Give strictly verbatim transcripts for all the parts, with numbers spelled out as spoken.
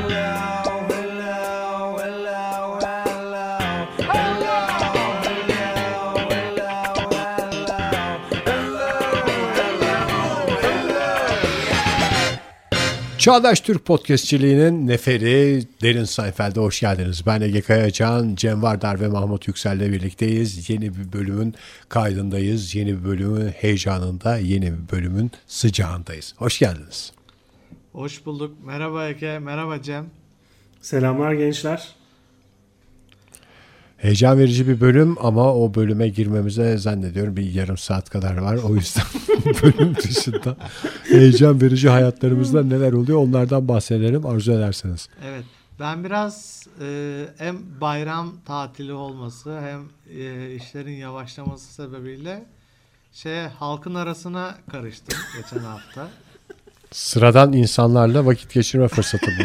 Çağdaş Türk Podcastçiliğinin neferi Derin Seinfeld'e hoş geldiniz. Ben Ege Kayacan, Cem Vardar ve Mahmut Yüksel'le birlikteyiz. Yeni bir bölümün kaydındayız. Yeni bir bölümün heyecanında, yeni bir bölümün sıcağındayız. Hoş geldiniz. Hoş bulduk. Merhaba Ege, merhaba Cem. Selamlar gençler. Heyecan verici bir bölüm ama o bölüme girmemize zannediyorum bir yarım saat kadar var. O yüzden bölüm dışında heyecan verici hayatlarımızda neler oluyor onlardan bahsedelim arzu ederseniz. Evet, ben biraz e, hem bayram tatili olması hem e, işlerin yavaşlaması sebebiyle şey halkın arasına karıştım geçen hafta. Sıradan insanlarla vakit geçirme fırsatı buldum.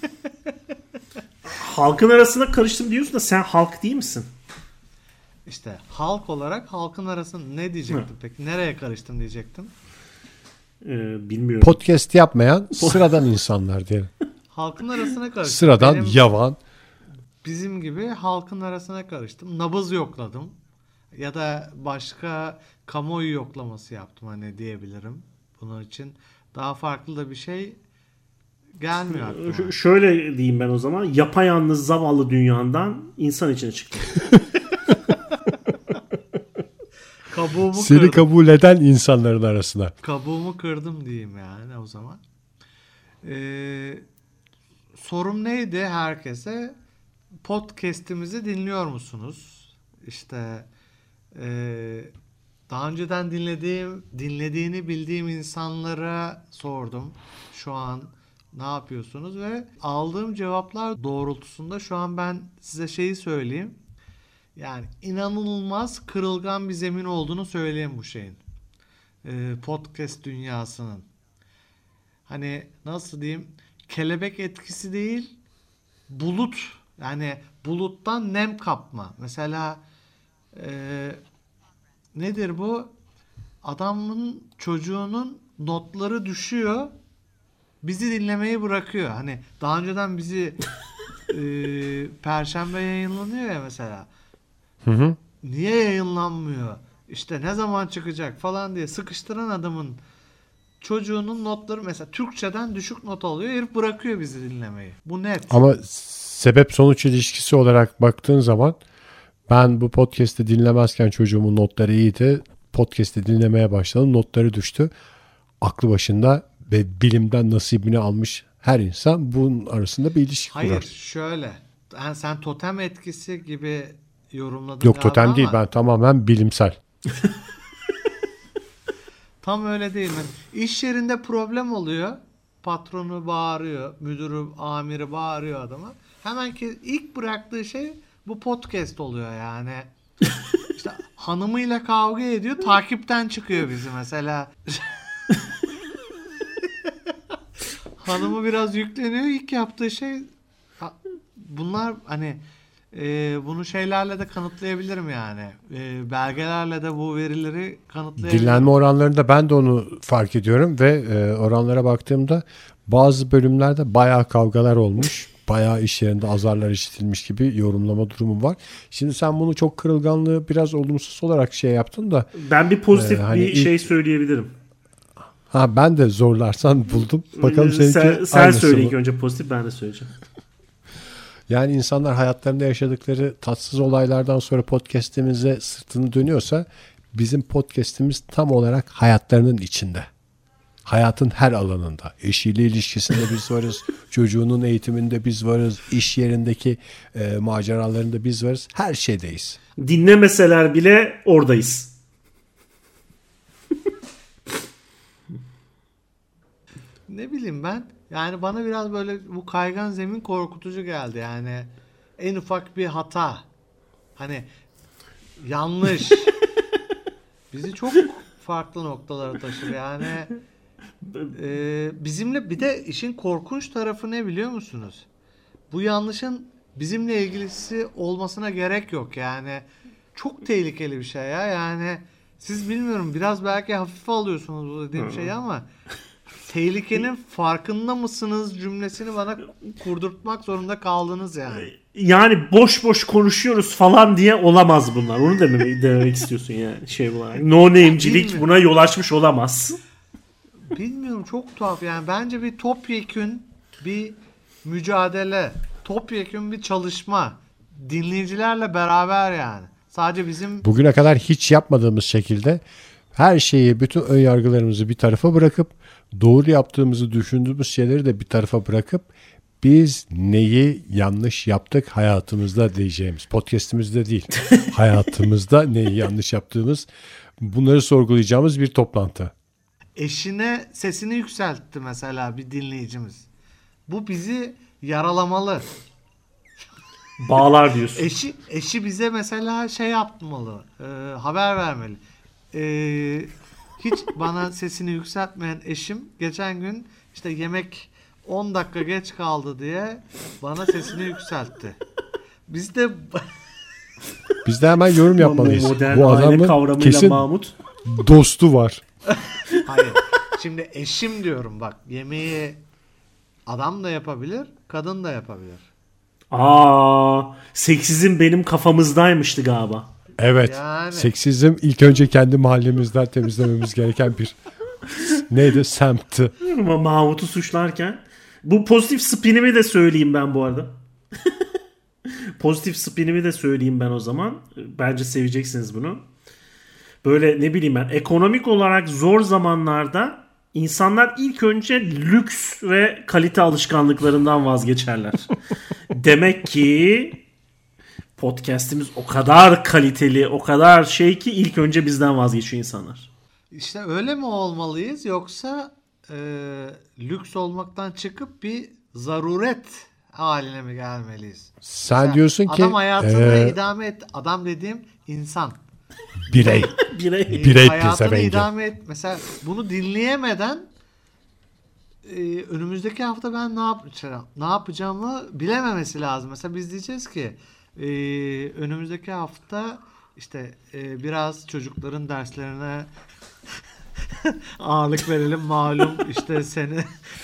Halkın arasına karıştım diyorsun da sen halk değil misin? İşte halk olarak halkın arasına ne diyecektim Hı. peki? Nereye karıştım diyecektim? Ee, bilmiyorum. Podcast yapmayan sıradan insanlar diyelim. Halkın arasına karıştım. Sıradan, Benim, yavan. Bizim gibi halkın arasına karıştım. Nabız yokladım. Ya da başka kamuoyu yoklaması yaptım hani diyebilirim. Bunun için daha farklı da bir şey gelmiyor aklıma. Ş- şöyle diyeyim ben o zaman. Yapayalnız zavallı dünyandan insan içine çıktım. Kabuğumu Seni kırdım. kabul eden insanların arasına. Kabuğumu kırdım diyeyim yani o zaman. Ee, sorum neydi herkese? Podcast'imizi dinliyor musunuz? İşte e, daha önceden dinlediğim, dinlediğini bildiğim insanlara sordum. Şu an ne yapıyorsunuz? Ve aldığım cevaplar doğrultusunda şu an ben size şeyi söyleyeyim. Yani inanılmaz kırılgan bir zemin olduğunu söyleyeyim bu şeyin. Ee, podcast dünyasının. Hani nasıl diyeyim? Kelebek etkisi değil, bulut. Yani buluttan nem kapma. Mesela e, nedir bu? Adamın çocuğunun notları düşüyor. Bizi dinlemeyi bırakıyor. Hani daha önceden bizi e, Perşembe yayınlanıyor ya mesela. Hı hı. Niye yayınlanmıyor? İşte ne zaman çıkacak falan diye sıkıştıran adamın çocuğunun notları mesela Türkçeden düşük not alıyor. Herif bırakıyor bizi dinlemeyi. Bu net. Ama sebep sonuç ilişkisi olarak baktığın zaman ben bu podcast'i dinlemezken çocuğumun notları iyiydi. Podcast'i dinlemeye başladım. Notları düştü. Aklı başında ve bilimden nasibini almış her insan bunun arasında bir ilişki Hayır, kurar. Hayır şöyle. Yani sen totem etkisi gibi yorumladın. Yok totem değil ben tamamen bilimsel. Tam öyle değil mi? İş yerinde problem oluyor. Patronu bağırıyor. Müdürü, amiri bağırıyor adama. Hemen ki ilk bıraktığı şey bu podcast oluyor yani. İşte hanımıyla kavga ediyor. Takipten çıkıyor bizi mesela. Hanımı biraz yükleniyor. İlk yaptığı şey bunlar hani e, bunu şeylerle de kanıtlayabilirim yani. E, belgelerle de bu verileri kanıtlayabilirim. Dinlenme oranlarında ben de onu fark ediyorum ve e, oranlara baktığımda bazı bölümlerde bayağı kavgalar olmuş. Bayağı iş yerinde azarlar işitilmiş gibi yorumlama durumu var. Şimdi sen bunu çok kırılganlığı biraz olumsuz olarak şey yaptın da. Ben bir pozitif e, hani bir ilk... şey söyleyebilirim. Ha ben de zorlarsan buldum. Bakalım seninki sen, sen aynısı söyle mı? ilk önce pozitif ben de söyleyeceğim. Yani insanlar hayatlarında yaşadıkları tatsız olaylardan sonra podcast'imize sırtını dönüyorsa bizim podcast'imiz tam olarak hayatlarının içinde. Hayatın her alanında. Eşiyle ilişkisinde biz varız. Çocuğunun eğitiminde biz varız. İş yerindeki e, maceralarında biz varız. Her şeydeyiz. Dinlemeseler bile oradayız. Ne bileyim ben. Yani bana biraz böyle bu kaygan zemin korkutucu geldi. Yani en ufak bir hata. Hani yanlış. Bizi çok farklı noktalara taşır. Yani e, bizimle bir de işin korkunç tarafı ne biliyor musunuz? Bu yanlışın bizimle ilgisi olmasına gerek yok. Yani çok tehlikeli bir şey ya. Yani siz bilmiyorum biraz belki hafife alıyorsunuz bu dediğim şeyi ama tehlikenin farkında mısınız cümlesini bana kurdurtmak zorunda kaldınız yani. Yani boş boş konuşuyoruz falan diye olamaz bunlar. Onu dememek, dememek istiyorsun yani şey olarak. No name'cilik buna yol açmış olamaz. Bilmiyorum, çok tuhaf yani. Bence bir topyekün bir mücadele, topyekün bir çalışma. Dinleyicilerle beraber yani. Sadece bizim... Bugüne kadar hiç yapmadığımız şekilde her şeyi, bütün ön yargılarımızı bir tarafa bırakıp doğru yaptığımızı düşündüğümüz şeyleri de bir tarafa bırakıp biz neyi yanlış yaptık hayatımızda diyeceğimiz, podcast'imizde değil, hayatımızda neyi yanlış yaptığımız, bunları sorgulayacağımız bir toplantı. Eşine sesini yükseltti mesela bir dinleyicimiz. Bu bizi yaralamalı. Bağlar diyorsun. Eşi eşi bize mesela şey yapmalı, e, haber vermeli. E, hiç bana sesini yükseltmeyen eşim geçen gün işte yemek on dakika geç kaldı diye bana sesini yükseltti. Biz de Biz de hemen yorum yapmalıyız. Modern Bu aile adamın kavramıyla kesin Mahmut. dostu var. hayır. Şimdi eşim diyorum bak, yemeği adam da yapabilir, kadın da yapabilir. Aa, seksizm benim kafamızdaymıştı galiba. Evet. Yani. Seksizm ilk önce kendi mahallemizden temizlememiz gereken bir neydi? Semtti. Ama Mahmut'u suçlarken bu pozitif spinimi de söyleyeyim ben bu arada. Pozitif spinimi de söyleyeyim ben o zaman. Bence seveceksiniz bunu. Böyle ne bileyim ben, ekonomik olarak zor zamanlarda insanlar ilk önce lüks ve kalite alışkanlıklarından vazgeçerler. Demek ki podcast'imiz o kadar kaliteli, o kadar şey ki ilk önce bizden vazgeçiyor insanlar. İşte öyle mi olmalıyız, yoksa e, lüks olmaktan çıkıp bir zaruret haline mi gelmeliyiz? Sen Mesela diyorsun ki adam hayatını e, idame et. Adam dediğim insan. birey. Birey. E, Birey hayatını pezevengi. idame et. Mesela bunu dinleyemeden e, önümüzdeki hafta ben ne yapacağım, ne yapacağımı bilememesi lazım. Mesela biz diyeceğiz ki e, önümüzdeki hafta işte e, biraz çocukların derslerine ağırlık verelim, malum işte sene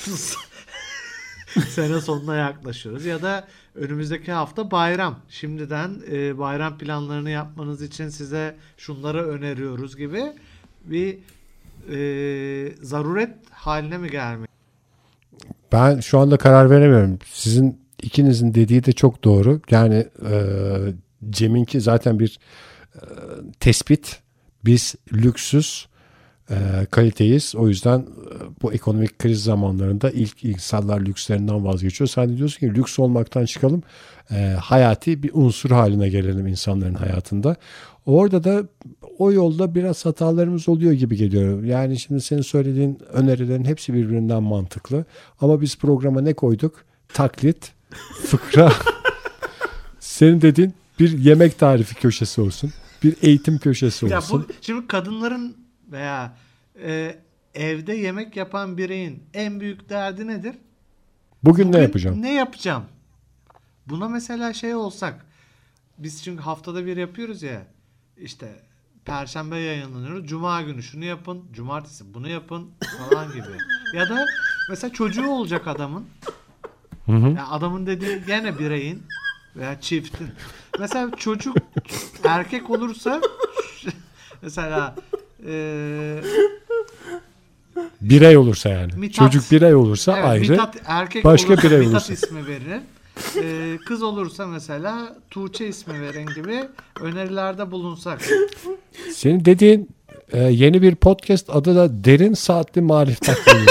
sene sonuna yaklaşıyoruz, ya da önümüzdeki hafta bayram, şimdiden e, bayram planlarını yapmanız için size şunları öneriyoruz gibi bir e, zaruret haline mi gelmek? Ben şu anda karar veremiyorum. Sizin ikinizin dediği de çok doğru. Yani e, Cem'inki zaten bir e, tespit. Biz lüksüz, e, kaliteyiz. O yüzden e, bu ekonomik kriz zamanlarında ilk insanlar lükslerinden vazgeçiyor. Sen de diyorsun ki lüks olmaktan çıkalım. E, hayati bir unsur haline gelelim insanların hayatında. Orada da o yolda biraz hatalarımız oluyor gibi geliyor. Yani şimdi senin söylediğin önerilerin hepsi birbirinden mantıklı. Ama biz programa ne koyduk? Taklit, fıkra. Senin dediğin bir yemek tarifi köşesi olsun. Bir eğitim köşesi Ya olsun. bu, şimdi kadınların veya e, evde yemek yapan bireyin en büyük derdi nedir? Bugün, Bugün ne yapacağım? Ne yapacağım? Buna mesela şey olsak, biz çünkü haftada bir yapıyoruz ya, işte Perşembe yayınlanıyoruz, Cuma günü şunu yapın, Cumartesi bunu yapın falan gibi. Ya da mesela çocuğu olacak adamın. Hı hı. Yani adamın dediği gene bireyin veya çiftin. Mesela çocuk erkek olursa mesela eee Birey olursa yani. Mithat. Çocuk birey olursa evet, ayrı. Mithat erkek başka olursa birey Mithat olursa. ismi verir. Ee, kız olursa mesela Tuğçe ismi verin gibi önerilerde bulunsak. Senin dediğin e, yeni bir podcast adı da Derin Saatli Marif Takvimi.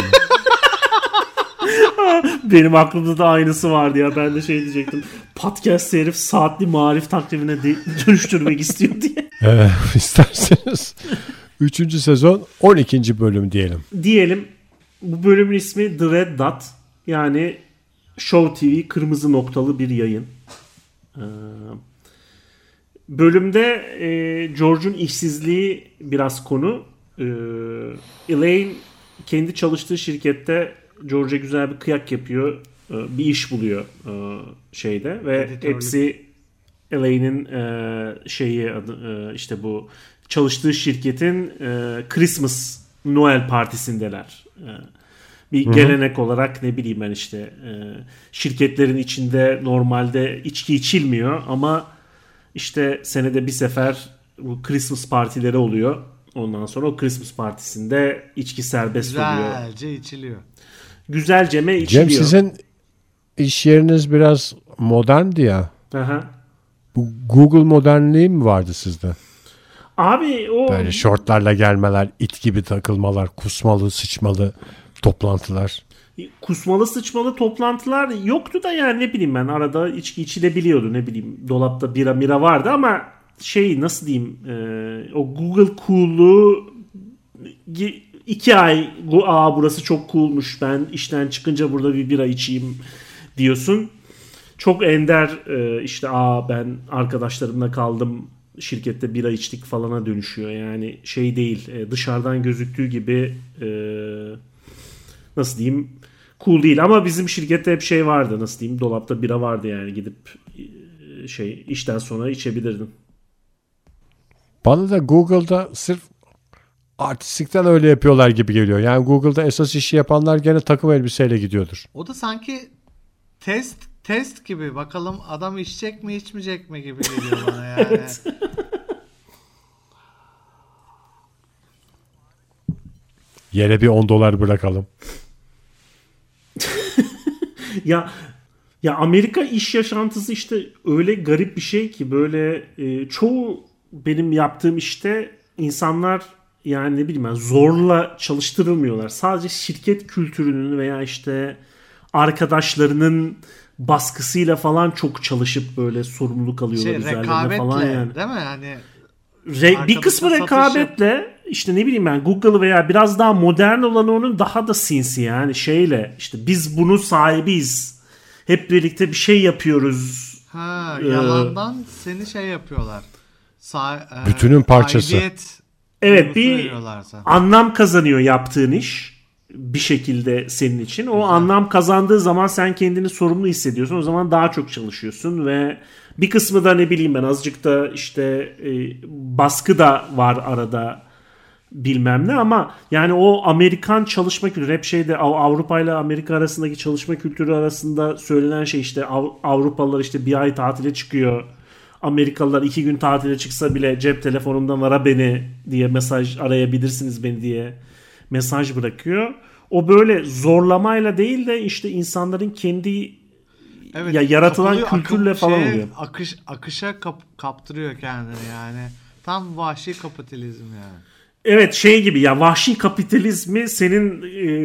Benim aklımda da aynısı vardı ya. Ben de şey diyecektim. Podcast herif saatli marif takvimine de dönüştürmek istiyor diye. e, isterseniz üçüncü sezon on ikinci bölüm diyelim. Diyelim bu bölümün ismi The Red Dot. Yani Show T V kırmızı noktalı bir yayın. Ee, bölümde e, George'un işsizliği biraz konu. Ee, Elaine kendi çalıştığı şirkette George'a güzel bir kıyak yapıyor. Ee, bir iş buluyor e, şeyde ve Editörlük. hepsi Elaine'in e, şeyi adı, e, işte bu çalıştığı şirketin e, Christmas Noel partisindeler. E, Bir Hı-hı. gelenek olarak ne bileyim ben işte e, şirketlerin içinde normalde içki içilmiyor ama işte senede bir sefer bu Christmas partileri oluyor. Ondan sonra o Christmas partisinde içki serbest oluyor. Güzelce içiliyor. Güzelceme içiliyor. Cem, sizin iş yeriniz biraz moderndi ya. Aha. Bu Google modernliği mi vardı sizde? Abi o Böyle şortlarla gelmeler, it gibi takılmalar, kusmalı, sıçmalı toplantılar. kusmalı sıçmalı toplantılar yoktu da yani ne bileyim ben arada içki içilebiliyordu, ne bileyim dolapta bira mira vardı ama şey nasıl diyeyim e, o Google cool'luğu iki ay aa burası çok coolmuş, ben işten çıkınca burada bir bira içeyim diyorsun. Çok ender e, işte aa ben arkadaşlarımla kaldım şirkette bira içtik falana dönüşüyor. Yani şey değil e, dışarıdan gözüktüğü gibi e, nasıl diyeyim cool değil ama bizim şirkette hep şey vardı, nasıl diyeyim dolapta bira vardı yani gidip e, şey işten sonra içebilirdin. Bana da Google'da sırf artistlikten öyle yapıyorlar gibi geliyor. Yani Google'da esas işi yapanlar gene takım elbiseyle gidiyordur. O da sanki test test gibi, bakalım adam içecek mi içmeyecek mi gibi geliyor bana yani. Evet. Yere bir on dolar bırakalım. ya ya Amerika iş yaşantısı işte öyle garip bir şey ki böyle e, çoğu benim yaptığım işte insanlar yani ne bileyim ben zorla çalıştırılmıyorlar. Sadece şirket kültürünün veya işte arkadaşlarının baskısıyla falan çok çalışıp böyle sorumluluk alıyorlar Şey, üzerlerine rekabetle falan yani. değil mi? Hani Re- bir kısmı rekabetle işte ne bileyim ben Google veya biraz daha modern olan onun daha da sinsi yani şeyle işte biz bunun sahibiyiz. Hep birlikte bir şey yapıyoruz. Ha, Ee, yalandan seni şey yapıyorlar. Sa- e, Bütünün parçası. aidiyet Evet, bir veriyorlar sana. anlam kazanıyor yaptığın iş bir şekilde senin için. O anlam kazandığı zaman sen kendini sorumlu hissediyorsun. O zaman daha çok çalışıyorsun ve bir kısmı da ne bileyim ben azıcık da işte e, baskı da var arada bilmem ne ama yani o Amerikan çalışma kültürü hep şeyde Avrupa ile Amerika arasındaki çalışma kültürü arasında söylenen şey işte Av- Avrupalılar işte bir ay tatile çıkıyor. Amerikalılar iki gün tatile çıksa bile cep telefonumdan ara beni diye mesaj, arayabilirsiniz beni diye mesaj bırakıyor. O böyle zorlamayla değil de işte insanların kendi Evet, ya yaratılan kapılıyor, kültürle akım- falan şeye, oluyor. Akış, akışa kap- kaptırıyor kendini yani. Tam vahşi kapitalizm yani. Evet şey gibi ya vahşi kapitalizmi senin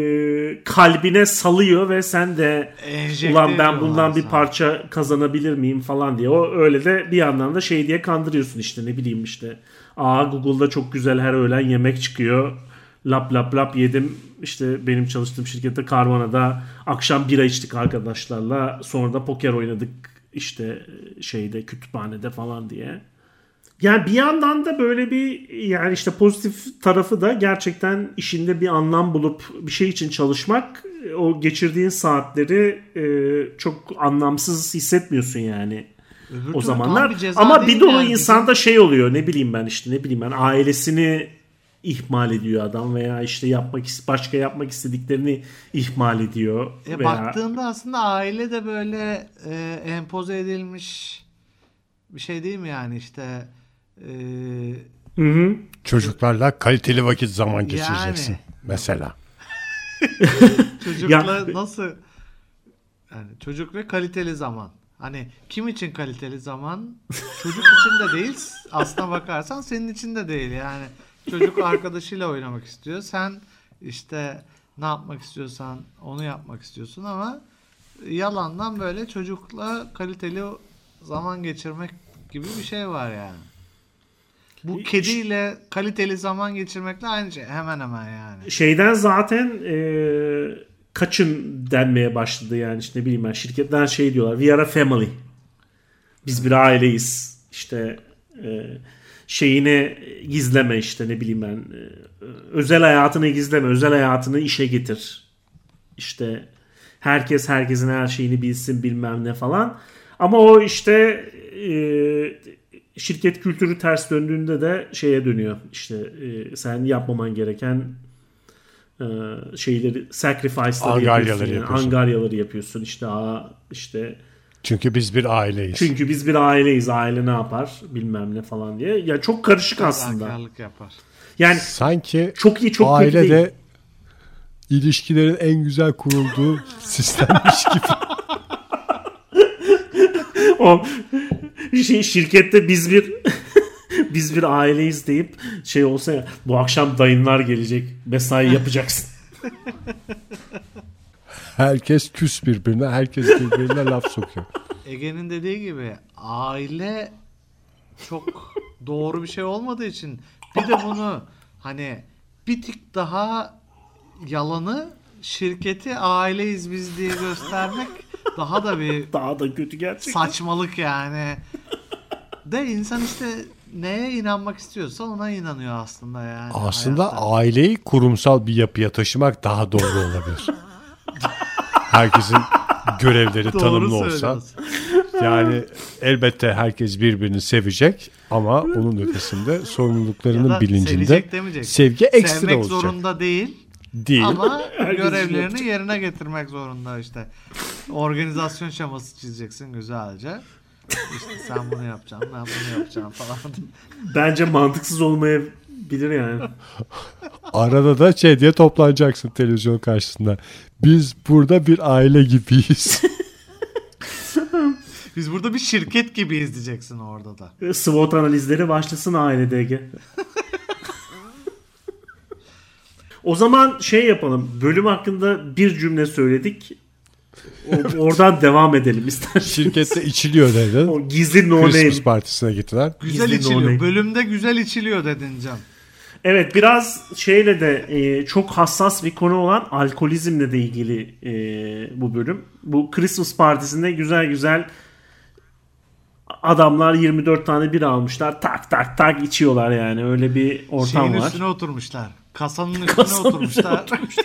e, kalbine salıyor ve sen de Enjekte ulan ben ediyorlar bundan bir sana. parça kazanabilir miyim falan diye. O öyle de bir yandan da şey diye kandırıyorsun işte ne bileyim işte. Aa Google'da çok güzel her öğlen yemek çıkıyor. Lap lap lap yedim. İşte benim çalıştığım şirkette Carvana'da akşam bira içtik arkadaşlarla. Sonra da poker oynadık işte şeyde kütüphanede falan diye. Yani bir yandan da böyle bir yani işte pozitif tarafı da gerçekten işinde bir anlam bulup bir şey için çalışmak, o geçirdiğin saatleri e, çok anlamsız hissetmiyorsun yani Öbür o türlü zamanlar. tam bir ceza Ama değil bir dolu yani. insanda şey oluyor ne bileyim ben işte ne bileyim ben ailesini ihmal ediyor adam veya işte yapmak başka yapmak istediklerini ihmal ediyor. E, veya... Baktığında aslında aile de böyle e, empoze edilmiş bir şey değil mi yani işte e, Hı hı. Çocuklarla kaliteli vakit zaman geçireceksin. Yani. Mesela. çocukla Ya- nasıl yani çocuk ve kaliteli zaman. Hani kim için kaliteli zaman? Çocuk için de değil. Aslına bakarsan senin için de değil yani. Çocuk arkadaşıyla oynamak istiyor. Sen işte ne yapmak istiyorsan onu yapmak istiyorsun ama yalandan böyle çocukla kaliteli zaman geçirmek gibi bir şey var yani. Bu kediyle kaliteli zaman geçirmekle aynı şey. Hemen hemen yani. Şeyden zaten e, kaçın denmeye başladı yani işte ne bileyim ben şirketler şey diyorlar we are a family, biz bir aileyiz işte e, şeyini gizleme işte ne bileyim ben e, özel hayatını gizleme, özel hayatını işe getir işte herkes herkesin her şeyini bilsin bilmem ne falan ama o işte e, şirket kültürü ters döndüğünde de şeye dönüyor işte e, sen yapmaman gereken e, şeyleri, sacrifice'ları Angaryaları yapıyorsun. Yani. yapıyorsun. Angaryaları yapıyorsun. İşte aa, işte çünkü biz bir aileyiz. Çünkü biz bir aileyiz. Aile ne yapar? Bilmem ne falan diye. Ya çok karışık aslında. Fedakarlık yapar. Yani sanki çok iyi, çok kötü değil. ailede ilişkilerin en güzel kurulduğu sistemmiş gibi. O şey, şirkette biz bir biz bir aileyiz deyip şey olsa ya, bu akşam dayınlar gelecek, mesai yapacaksın. Herkes küs birbirine, herkes birbirine laf sokuyor. Ege'nin dediği gibi aile çok doğru bir şey olmadığı için bir de bunu hani bir tık daha yalanı, şirketi aileyiz biz diye göstermek daha da bir Daha da kötü gerçekten. saçmalık yani. De insan işte neye inanmak istiyorsa ona inanıyor aslında yani. Aslında hayatta. aileyi kurumsal bir yapıya taşımak daha doğru olabilir. Herkesin görevleri Doğru tanımlı olsa. söylüyorsun. Yani elbette herkes birbirini sevecek ama onun ötesinde sorumluluklarının Ya da bilincinde sevecek demeyecek. sevgi ekstra Sevmek olacak. zorunda değil. Değil. Ama Herkes görevlerini yapacak. yerine getirmek zorunda işte. Organizasyon şeması çizeceksin güzelce. İşte sen bunu yapacaksın, ben bunu yapacağım falan. Bence mantıksız olmayabilir yani. Arada da şey diye toplanacaksın televizyon karşısında. Biz burada bir aile gibiyiz. Biz burada bir şirket gibi izleyeceksin orada da. SWOT analizleri başlasın ailede Ege. O zaman şey yapalım. Bölüm hakkında bir cümle söyledik. O- Oradan devam edelim isterseniz. Şirkette içiliyor dedin. O gizli no Christmas name. partisine gittiler. Güzel Gizli içiliyor. no name. Bölümde güzel içiliyor dedin Can. Evet, biraz şeyle de e, çok hassas bir konu olan alkolizmle de ilgili e, bu bölüm. Bu Christmas partisinde güzel güzel adamlar yirmi dört tane bira almışlar. Tak tak tak içiyorlar yani. Öyle bir ortam Şeyin var. üstüne oturmuşlar. Kasanın üstüne Kasanın oturmuşlar.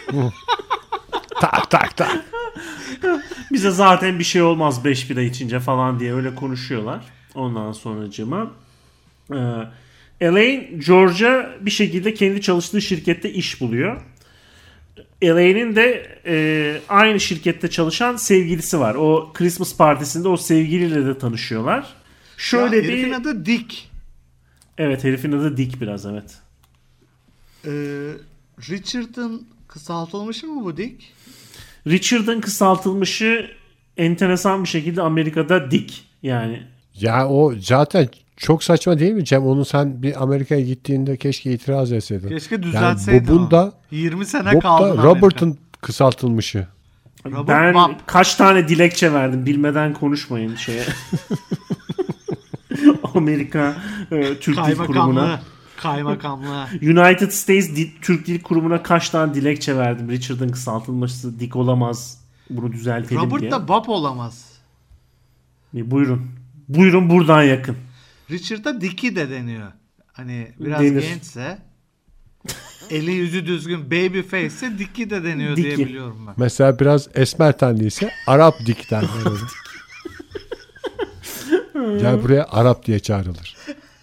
Tak tak tak. Bize zaten bir şey olmaz beş bira içince falan diye öyle konuşuyorlar. Ondan sonracığıma e, Elaine George'a bir şekilde kendi çalıştığı şirkette iş buluyor. Elaine'in de e, aynı şirkette çalışan sevgilisi var. O Christmas partisinde o sevgiliyle de tanışıyorlar. Şöyle Ya, bir herifin adı Dick. evet, herifin adı Dick biraz, evet. Ee, Richard'ın kısaltılmışı mı bu Dick? Richard'ın kısaltılmışı enteresan bir şekilde Amerika'da Dick yani. Ya o zaten çok saçma değil mi Cem? Onu sen bir Amerika'ya gittiğinde keşke itiraz etseydin. Keşke düzeltseydin. Yani Bob'un da, yirmi sene Bob kaldın da Robert'ın kısaltılmışı. Robert Ben Bob. kaç tane dilekçe verdim, bilmeden konuşmayın şeye. Amerika e, Türk Dil Kurumu'na. Kaymakamlığı. Kaymakamlığı. United States Di- Türk Dil Kurumu'na kaç tane dilekçe verdim. Richard'ın kısaltılması Dick olamaz. Bunu düzeltelim Robert diye. da Bob olamaz. E, buyurun. Buyurun buradan yakın. Richard'a Dick'i de deniyor. Hani biraz Denir. gençse eli yüzü düzgün baby face ise Dick'i de deniyor Dick'i. diye biliyorum ben. Mesela biraz esmer tenliyse Arap dik derler. Gel buraya Arap diye çağrılır.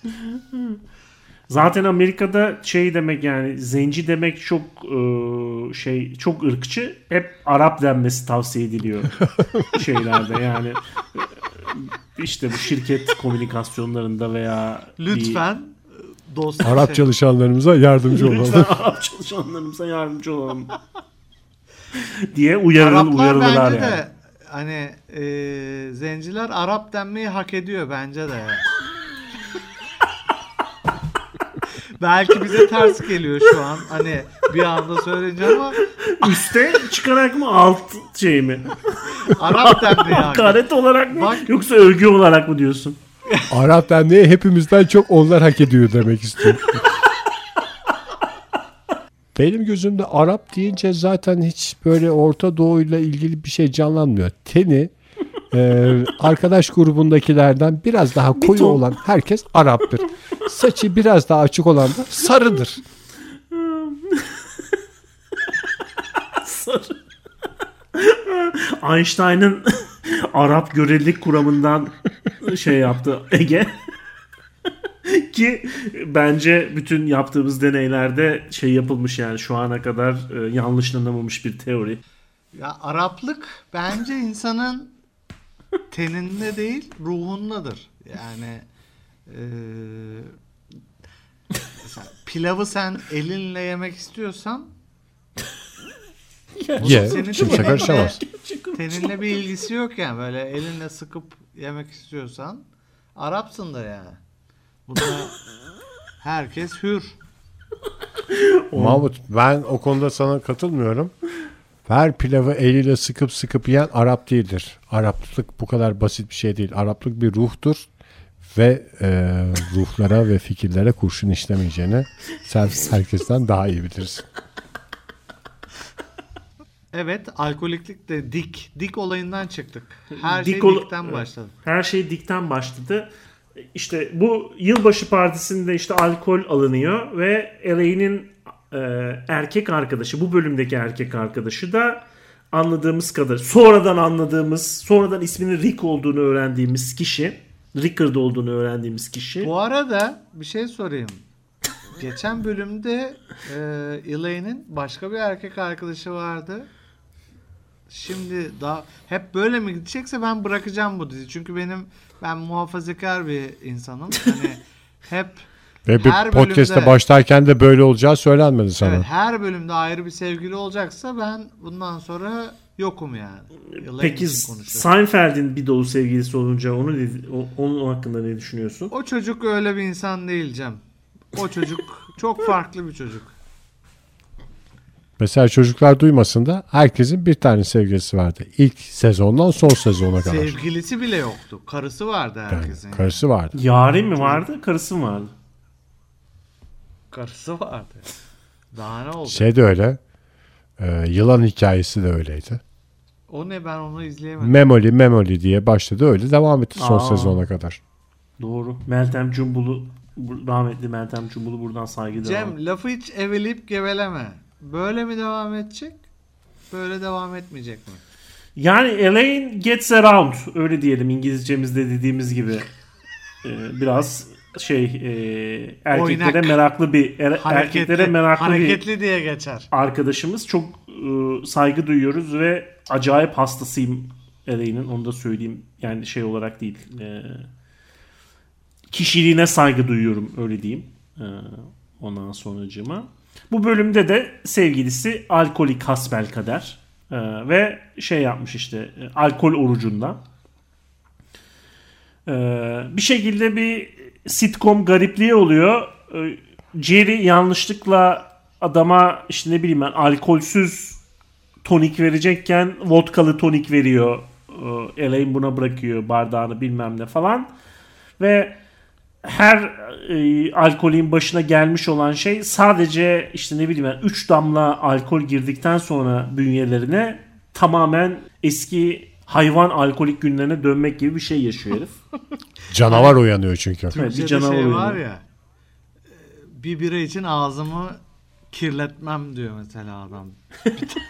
Zaten Amerika'da şey demek, yani zenci demek çok e, şey çok ırkçı. Hep Arap denmesi tavsiye ediliyor şeylerde yani. E, işte bu şirket komünikasyonlarında veya Lütfen dostum. Arap şey- çalışanlarımıza yardımcı bir, lütfen olalım. Arap çalışanlarımıza yardımcı olalım diye uyarıl, Araplar uyarılırlar bence yani. de hani e, zenciler Arap denmeyi hak ediyor bence de. Belki bize ters geliyor şu an. Hani bir anda söyleyeceğim ama Üste çıkarak mı, alt şey mi? Arap denmeyi hak ediyor. Hakaret olarak mı Bak- yoksa övgü olarak mı diyorsun? Arap denmeyi hepimizden çok onlar hak ediyor demek istiyorum. Benim gözümde Arap deyince zaten hiç böyle Orta Doğu'yla ilgili bir şey canlanmıyor. Teni e, arkadaş grubundakilerden biraz daha koyu ton. olan herkes Arap'tır. Saçı biraz daha açık olan da sarıdır. Einstein'ın Arap görelilik kuramından şey yaptı Ege. Ki bence bütün yaptığımız deneylerde şey yapılmış yani şu ana kadar e, yanlışlanamamış bir teori. Ya Araplık bence insanın teninde değil ruhundadır. Yani e, mesela pilavı sen elinle yemek istiyorsan Ye, senin kimse teninle- karışamaz. Seninle bir ilgisi yok yani. Böyle elinle sıkıp yemek istiyorsan Arapsındır yani. Bunda herkes hür. Mahmut, ben o konuda sana katılmıyorum. Her pilavı eliyle sıkıp sıkıp yiyen Arap değildir. Araplık bu kadar basit bir şey değil. Araplık bir ruhtur ve e, ruhlara ve fikirlere kurşun işlemeyeceğini sen herkesten daha iyi bilirsin. Evet, alkoliklik de dik. Dik olayından çıktık. Her Dik şey ol- dikten başladı. Her şey dikten başladı. İşte bu yılbaşı partisinde işte alkol alınıyor ve L A'nin e, erkek arkadaşı, bu bölümdeki erkek arkadaşı da anladığımız kadar, sonradan anladığımız, sonradan isminin Rick olduğunu öğrendiğimiz kişi, Rickard olduğunu öğrendiğimiz kişi. Bu arada bir şey sorayım. Geçen bölümde e, Elaine'in başka bir erkek arkadaşı vardı. Şimdi daha hep böyle mi gidecekse ben bırakacağım bu dizi. Çünkü benim ben muhafazakar bir insanım. Hani hep Ve bir her podcast'te bölümde- başlarken de böyle olacağı söylenmedi sana. evet, her bölümde ayrı bir sevgili olacaksa ben bundan sonra yokum yani. Elaine Peki için konuşuyorum. Seinfeld'in bir dolu sevgilisi olunca onu ne- o- onun hakkında ne düşünüyorsun? O çocuk öyle bir insan değil Cem. O çocuk çok farklı bir çocuk. Mesela çocuklar duymasın da herkesin bir tane sevgilisi vardı. İlk sezondan son sezona kadar. Sevgilisi bile yoktu. Karısı vardı herkesin. Yani karısı vardı. Yarim mi vardı, karısı mı vardı? Karısı vardı. Daha ne oldu? Şey de öyle. E, yılan hikayesi de öyleydi. O ne, ben onu izleyemedim. Memoli Memoli diye başladı, öyle devam etti son Aa. sezona kadar. Doğru. Meltem Cumbul'u, bu- rahmetli Meltem Cumbul'u buradan saygı devam. Cem, lafı hiç eveleyip geveleme. Böyle mi devam edecek? Böyle devam etmeyecek mi? Yani Elaine gets around, öyle diyelim İngilizcemizde dediğimiz gibi. Ee, biraz şey e, erkeklere Oynak. meraklı bir er- erkeklere meraklı hareketli bir diye geçer. arkadaşımız. Çok e, saygı duyuyoruz ve acayip hastasıyım Elaine'in, onu da söyleyeyim. Yani şey olarak değil. E, kişiliğine saygı duyuyorum, öyle diyeyim. E, ondan sonracığıma. Bu bölümde de sevgilisi alkolik hasbelkader e, ve şey yapmış işte e, alkol orucunda. E, bir şekilde bir sitcom garipliği oluyor. E, Jerry yanlışlıkla adama işte ne bileyim ben alkolsüz tonik verecekken vodkalı tonik veriyor. E, Elaine buna bırakıyor bardağını bilmem ne falan. Ve her e, alkolün başına gelmiş olan şey sadece işte ne bileyim ben üç damla alkol girdikten sonra bünyelerine tamamen eski hayvan alkolik günlerine dönmek gibi bir şey yaşıyor herif. Canavar uyanıyor çünkü. Evet, bir Türkçe'de canavar şey oyunu. var ya, e, bir bira için ağzımı kirletmem diyor mesela adam. Bir ta-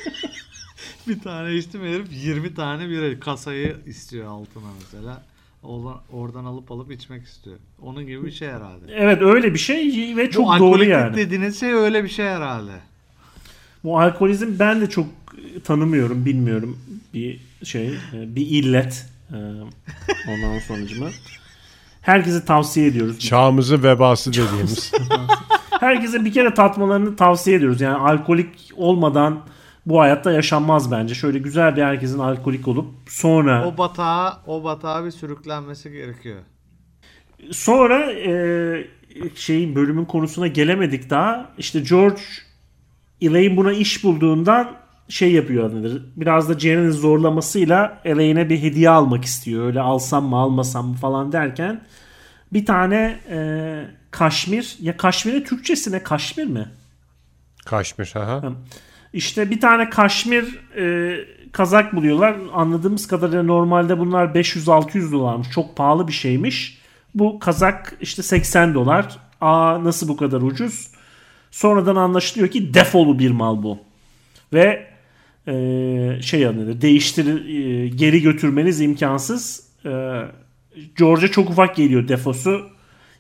bir tane içtim herif yirmi tane bira kasayı istiyor altına mesela. Oradan, oradan alıp alıp içmek istiyor. Onun gibi bir şey herhalde. Evet, öyle bir şey ve çok Bu doğru alkoliklik yani. dediğiniz şey öyle bir şey herhalde. Bu alkolizm ben de çok tanımıyorum, bilmiyorum. Bir şey, bir illet. Ee, Ondan sonucuma. Herkese tavsiye ediyoruz. Çağımızın vebası dediğimiz. Herkese bir kere tatmalarını tavsiye ediyoruz. Yani alkolik olmadan bu hayatta yaşanmaz bence. Şöyle güzel bir herkesin alkolik olup sonra O batağa, o batağa bir sürüklenmesi gerekiyor. sonra e, şeyin bölümün konusuna gelemedik daha. İşte George Elaine buna iş bulduğundan şey yapıyor. Biraz da Jenny'nin zorlamasıyla Elaine'e bir hediye almak istiyor. Öyle alsam mı almasam mı falan derken bir tane e, kaşmir, ya kaşmirin Türkçesi ne? Kaşmir mi? Kaşmir. Aha. İşte bir tane kaşmir e, kazak buluyorlar. Anladığımız kadarıyla normalde bunlar beş yüz altı yüz dolarmış. Çok pahalı bir şeymiş. Bu kazak işte seksen dolar. Aa, nasıl bu kadar ucuz? Sonradan anlaşılıyor ki defolu bir mal bu. Ve e, şey yani değiştir e, geri götürmeniz imkansız. E, George'a çok ufak geliyor defosu.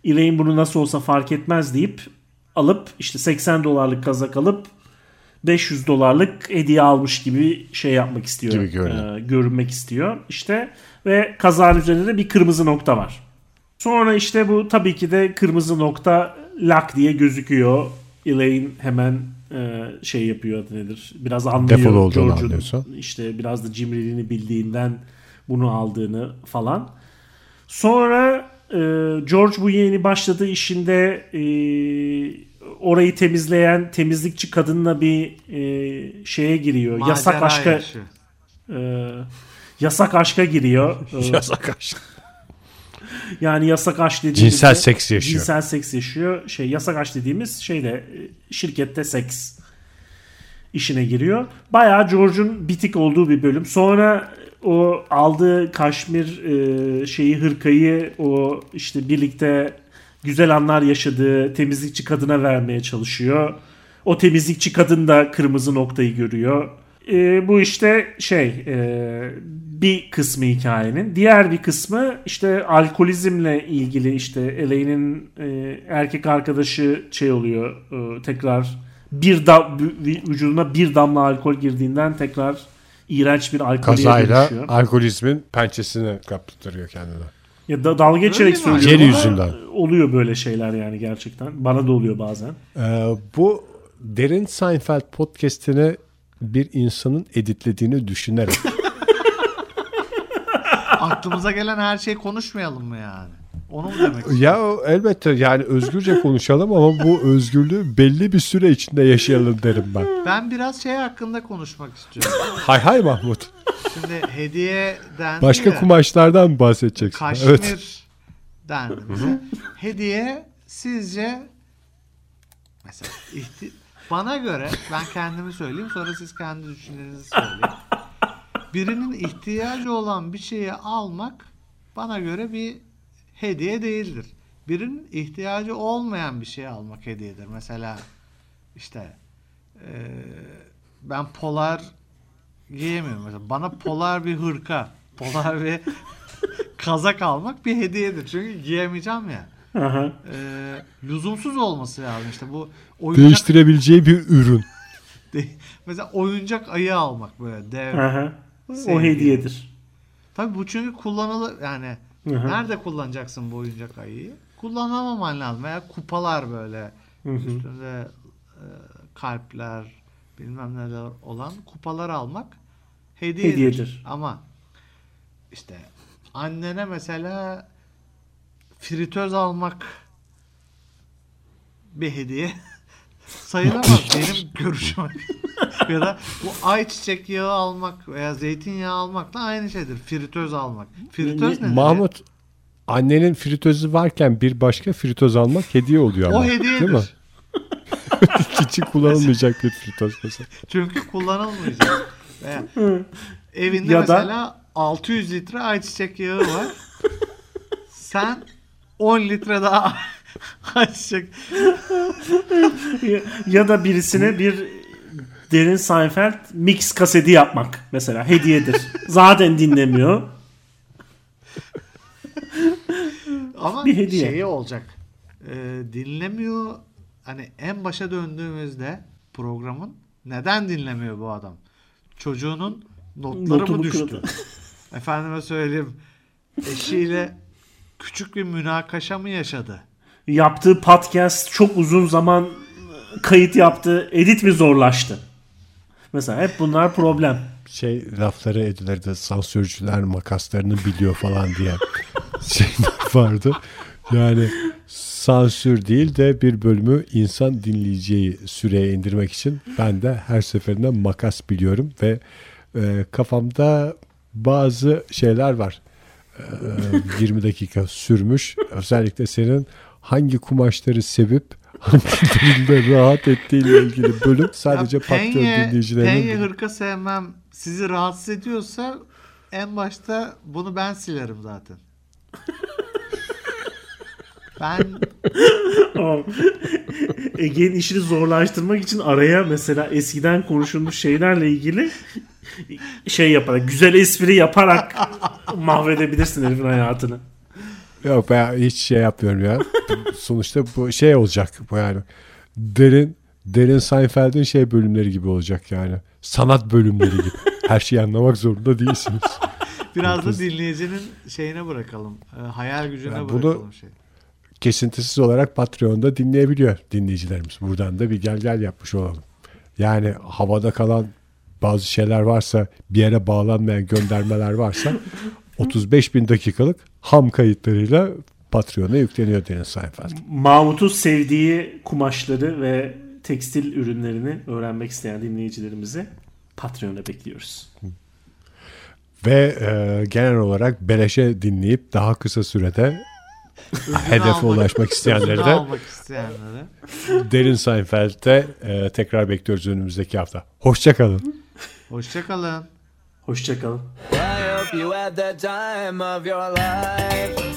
Elaine bunu nasıl olsa fark etmez deyip alıp işte seksen dolarlık kazak alıp beş yüz dolarlık hediye almış gibi şey yapmak istiyor. Gibi e, görünmek istiyor. İşte ve kazağın üzerinde de bir kırmızı nokta var. Sonra işte bu tabii ki de kırmızı nokta lak diye gözüküyor. Elaine hemen e, şey yapıyor, adı nedir? Biraz anlıyor. Defol olduğunu George'un anlıyorsa. işte biraz da cimriliğini bildiğinden bunu aldığını falan. Sonra e, George bu yeni başladığı işinde e, orayı temizleyen temizlikçi kadınla bir e, şeye giriyor. Macera yasak aşka yaşıyor. e, yasak aşka giriyor. E, Yasak aşk. Yani yasak aşk dediğimiz Cinsel seks yaşıyor. Cinsel seks yaşıyor. Şey yasak aşk dediğimiz şeyde şirkette seks işine giriyor. Bayağı George'un bitik olduğu bir bölüm. Sonra o aldığı kaşmir e, şeyi hırkayı o işte birlikte güzel anlar yaşadığı temizlikçi kadına vermeye çalışıyor. O temizlikçi kadın da kırmızı noktayı görüyor. E, bu işte şey e, bir kısmı hikayenin. Diğer bir kısmı işte alkolizmle ilgili, işte Elaine'in e, erkek arkadaşı şey oluyor e, tekrar bir da, vücuduna bir damla alkol girdiğinden tekrar iğrenç bir alkolye Kazayla dönüşüyor. alkolizmin pençesini kaptırıyor kendine. Ya da dalga geçerek Öyle mi? söylüyorum Yeri ama yüzünden. oluyor böyle şeyler yani gerçekten. Bana da oluyor bazen. Ee, bu Derin Seinfeld podcast'ini bir insanın editlediğini düşünerek Aklımıza gelen her şeyi konuşmayalım mı yani? Onu mu demek istiyorsun? ya elbette yani özgürce konuşalım ama bu özgürlüğü belli bir süre içinde yaşayalım derim ben. Ben biraz şey hakkında konuşmak istiyorum. Hay hay Mahmut. Şimdi hediye dendi Başka ya, kumaşlardan mı bahsedeceksin? kaşmir Evet. dendi bize. Hediye sizce mesela ihti- bana göre, ben kendimi söyleyeyim sonra siz kendi düşüncelerinizi söyleyin. Birinin ihtiyacı olan bir şeyi almak bana göre bir hediye değildir. Birinin ihtiyacı olmayan bir şeyi almak hediyedir. Mesela işte e, ben polar giyemiyorum. Mesela bana polar bir hırka, polar bir kazak almak bir hediyedir. Çünkü giyemeyeceğim ya. Aha. E, lüzumsuz olması lazım. İşte bu oyuncak, Değiştirebileceği bir ürün. mesela oyuncak ayı almak böyle dev. Aha. O Sevgi. hediyedir. Tabii bu çünkü kullanılı yani Aha. nerede kullanacaksın bu oyuncak ayıyı? Kullanamaman lazım. Veya kupalar böyle Hı hı. üstünde e, kalpler bilmem neler olan kupalar almak hediyedir. Hediyedir. Ama işte annene mesela fritöz almak bir hediye sayılamaz benim görüşüm. Ya da bu ayçiçek yağı almak veya zeytinyağı almak da aynı şeydir. Fritöz almak. Fritöz Ne- nedir? Mahmut, annenin fritözü varken bir başka fritöz almak hediye oluyor ama. O Değil mi? hediyedir. Küçük kullanılmayacak bir fritöz mesela. Çünkü kullanılmayacak. Veya evinde Ya da- mesela altı yüz litre ayçiçek yağı var. Sen on litre daha ayçiçek. Ya, ya da birisine bir Derin Seinfeld mix kaseti yapmak mesela hediyedir. Zaten dinlemiyor. Ama Bir hediye. şeyi olacak. Ee, dinlemiyor. Hani en başa döndüğümüzde programın neden dinlemiyor bu adam? Çocuğunun notları Notu mı mu düştü? kırıldı? Efendime söyleyeyim. Eşiyle küçük bir münakaşa mı yaşadı? Yaptığı podcast çok uzun zaman kayıt yaptı. Edit mi zorlaştı? Mesela hep bunlar problem. Şey lafları edilirdi, sansürcüler makaslarını biliyor falan diye şeyler vardı. Yani sansür değil de bir bölümü insan dinleyeceği süreye indirmek için ben de her seferinde makas biliyorum ve e, kafamda bazı şeyler var. E, yirmi dakika sürmüş. Özellikle senin hangi kumaşları sevip hangilerinde rahat ettiğiyle ilgili bölüm sadece Ya Patreon penye, dinleyicilerine. penye hırka sevmem sizi rahatsız ediyorsa en başta bunu ben silerim zaten. Ben Ege'nin işini zorlaştırmak için araya mesela eskiden konuşulmuş şeylerle ilgili şey yaparak, güzel espri yaparak mahvedebilirsin herifin hayatını. Yok ben hiç şey yapmıyorum ya. Sonuçta bu şey olacak bu yani. Derin Derin Seinfeld'in şey bölümleri gibi olacak yani. Sanat bölümleri gibi. Her şeyi anlamak zorunda değilsiniz. Biraz da dinleyicinin şeyine bırakalım. E, hayal gücüne Yani bırakalım bunu şey. Kesintisiz olarak Patreon'da dinleyebiliyor dinleyicilerimiz. Buradan da bir gel gel yapmış olalım. Yani havada kalan bazı şeyler varsa, bir yere bağlanmayan göndermeler varsa otuz beş bin dakikalık ham kayıtlarıyla Patreon'a yükleniyor Derin Seinfeld. Mahmut'un sevdiği kumaşları ve tekstil ürünlerini öğrenmek isteyen dinleyicilerimizi Patreon'a bekliyoruz. Ve e, genel olarak beleşe dinleyip daha kısa sürede hedefe almak, ulaşmak isteyenleri de almak isteyenleri. Derin Seinfeld'de e, tekrar bekliyoruz önümüzdeki hafta. Hoşçakalın. Hoşçakalın. Hoşçakalın. I hope you had the time of your life.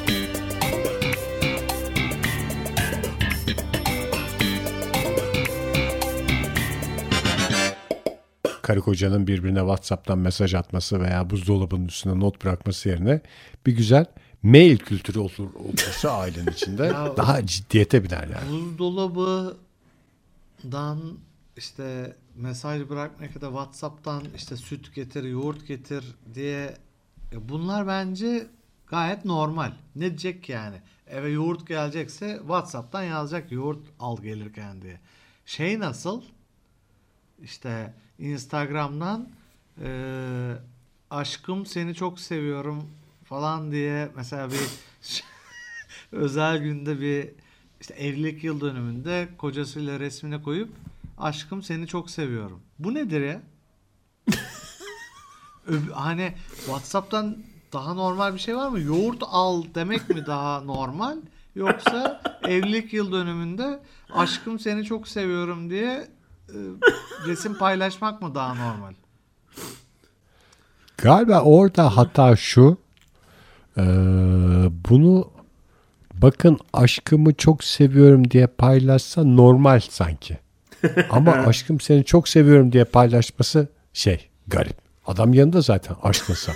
Karı kocanın birbirine WhatsApp'tan mesaj atması veya buzdolabının üstüne not bırakması yerine bir güzel mail kültürü olur, olursa ailenin içinde Ya, daha ciddiyete biner yani. Buzdolabından işte mesaj bırakmak ya da WhatsApp'tan işte süt getir, yoğurt getir diye e, bunlar bence gayet normal. Ne diyecek ki yani? Eve yoğurt gelecekse WhatsApp'tan yazacak yoğurt al gelirken diye. Şey nasıl? İşte Instagram'dan e, aşkım seni çok seviyorum falan diye mesela bir özel günde bir işte evlilik yıl dönümünde kocasıyla resmine koyup aşkım seni çok seviyorum. Bu nedir ya? Öb- hani WhatsApp'tan daha normal bir şey var mı? Yoğurt al demek mi daha normal? Yoksa evlilik yıl dönümünde aşkım seni çok seviyorum diye e, resim paylaşmak mı daha normal? Galiba orada hata şu, e, bunu bakın aşkımı çok seviyorum diye paylaşsa normal sanki. Ama aşkım seni çok seviyorum diye paylaşması şey garip. Adam yanında zaten aşkınsa.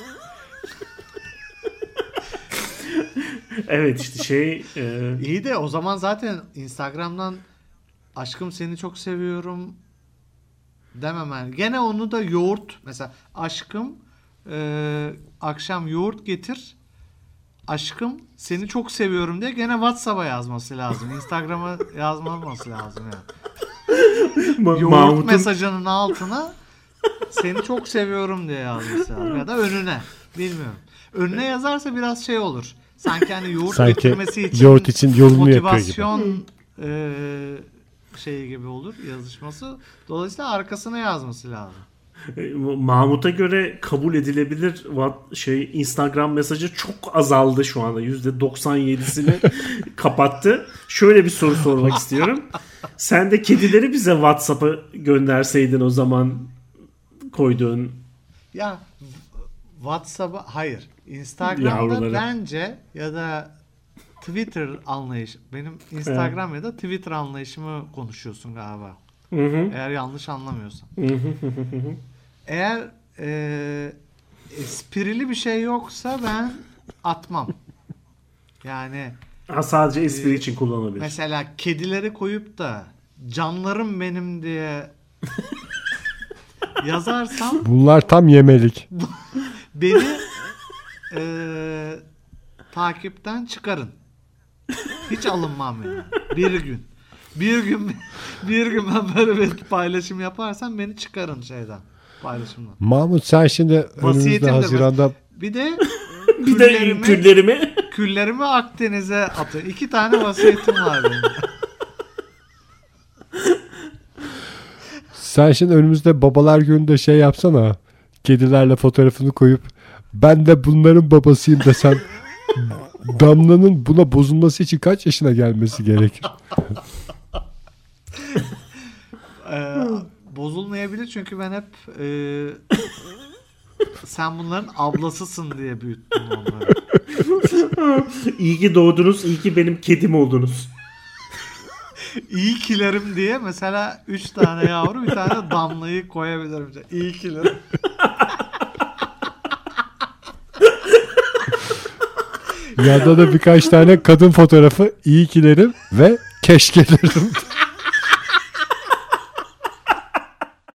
Evet işte şey e... İyi de o zaman zaten Instagram'dan aşkım seni çok seviyorum dememen. Gene onu da yoğurt mesela aşkım e, akşam yoğurt getir aşkım seni çok seviyorum diye gene WhatsApp'a yazması lazım. Instagram'a yazmaması lazım yani. Yoğurt Mahmut'un... mesajının altına seni çok seviyorum diye yazması lazım. Ya da önüne. Bilmiyorum. Önüne yazarsa biraz şey olur. Sanki hani yoğurt Sanki getirmesi için yoğurt için yolunu yapıyor gibi. motivasyon e, şey gibi olur yazışması. Dolayısıyla arkasına yazması lazım. Mahmut'a göre kabul edilebilir what, şey Instagram mesajı çok azaldı şu anda. yüzde doksan yedisini kapattı. Şöyle bir soru sormak istiyorum. Sen de kedileri bize WhatsApp'a gönderseydin o zaman koyduğun. Ya WhatsApp'a hayır. Instagram'da Yavruları. bence ya da Twitter anlayış. Benim Instagram ya da Twitter anlayışımı konuşuyorsun galiba. Hı hı. Eğer yanlış anlamıyorsam. Hı hı hı hı. Eğer e, esprili bir şey yoksa ben atmam. Yani Ha, sadece espri için kullanılabilir. mesela kedileri koyup da canlarım benim diye yazarsam Bunlar tam yemelik. beni e, takipten çıkarın. Hiç alınmam yani. Bir gün. Bir gün bir gün ben böyle bir paylaşım yaparsam beni çıkarın şeyden. Paylaşımdan. Mahmut sen şimdi önümüzde Vasiyetimdir. Haziranda Bir de Bir de küllerimi, küllerimi küllerimi Akdeniz'e atın. İki tane vasiyetim var benim. sen şimdi önümüzde babalar gününde şey yapsana. Kedilerle fotoğrafını koyup ben de bunların babasıyım desen Damla'nın buna bozulması için kaç yaşına gelmesi gerekir? Ee, bozulmayabilir çünkü ben hep e, sen bunların ablasısın diye büyüttüm onları. iyi ki doğdunuz, iyi ki benim kedim oldunuz. İyi kilerim diye mesela üç tane yavru bir tane Damla'yı koyabilirim. İyi kilerim. Yanda da birkaç tane kadın fotoğrafı, iyi ki derim ve keşke derim.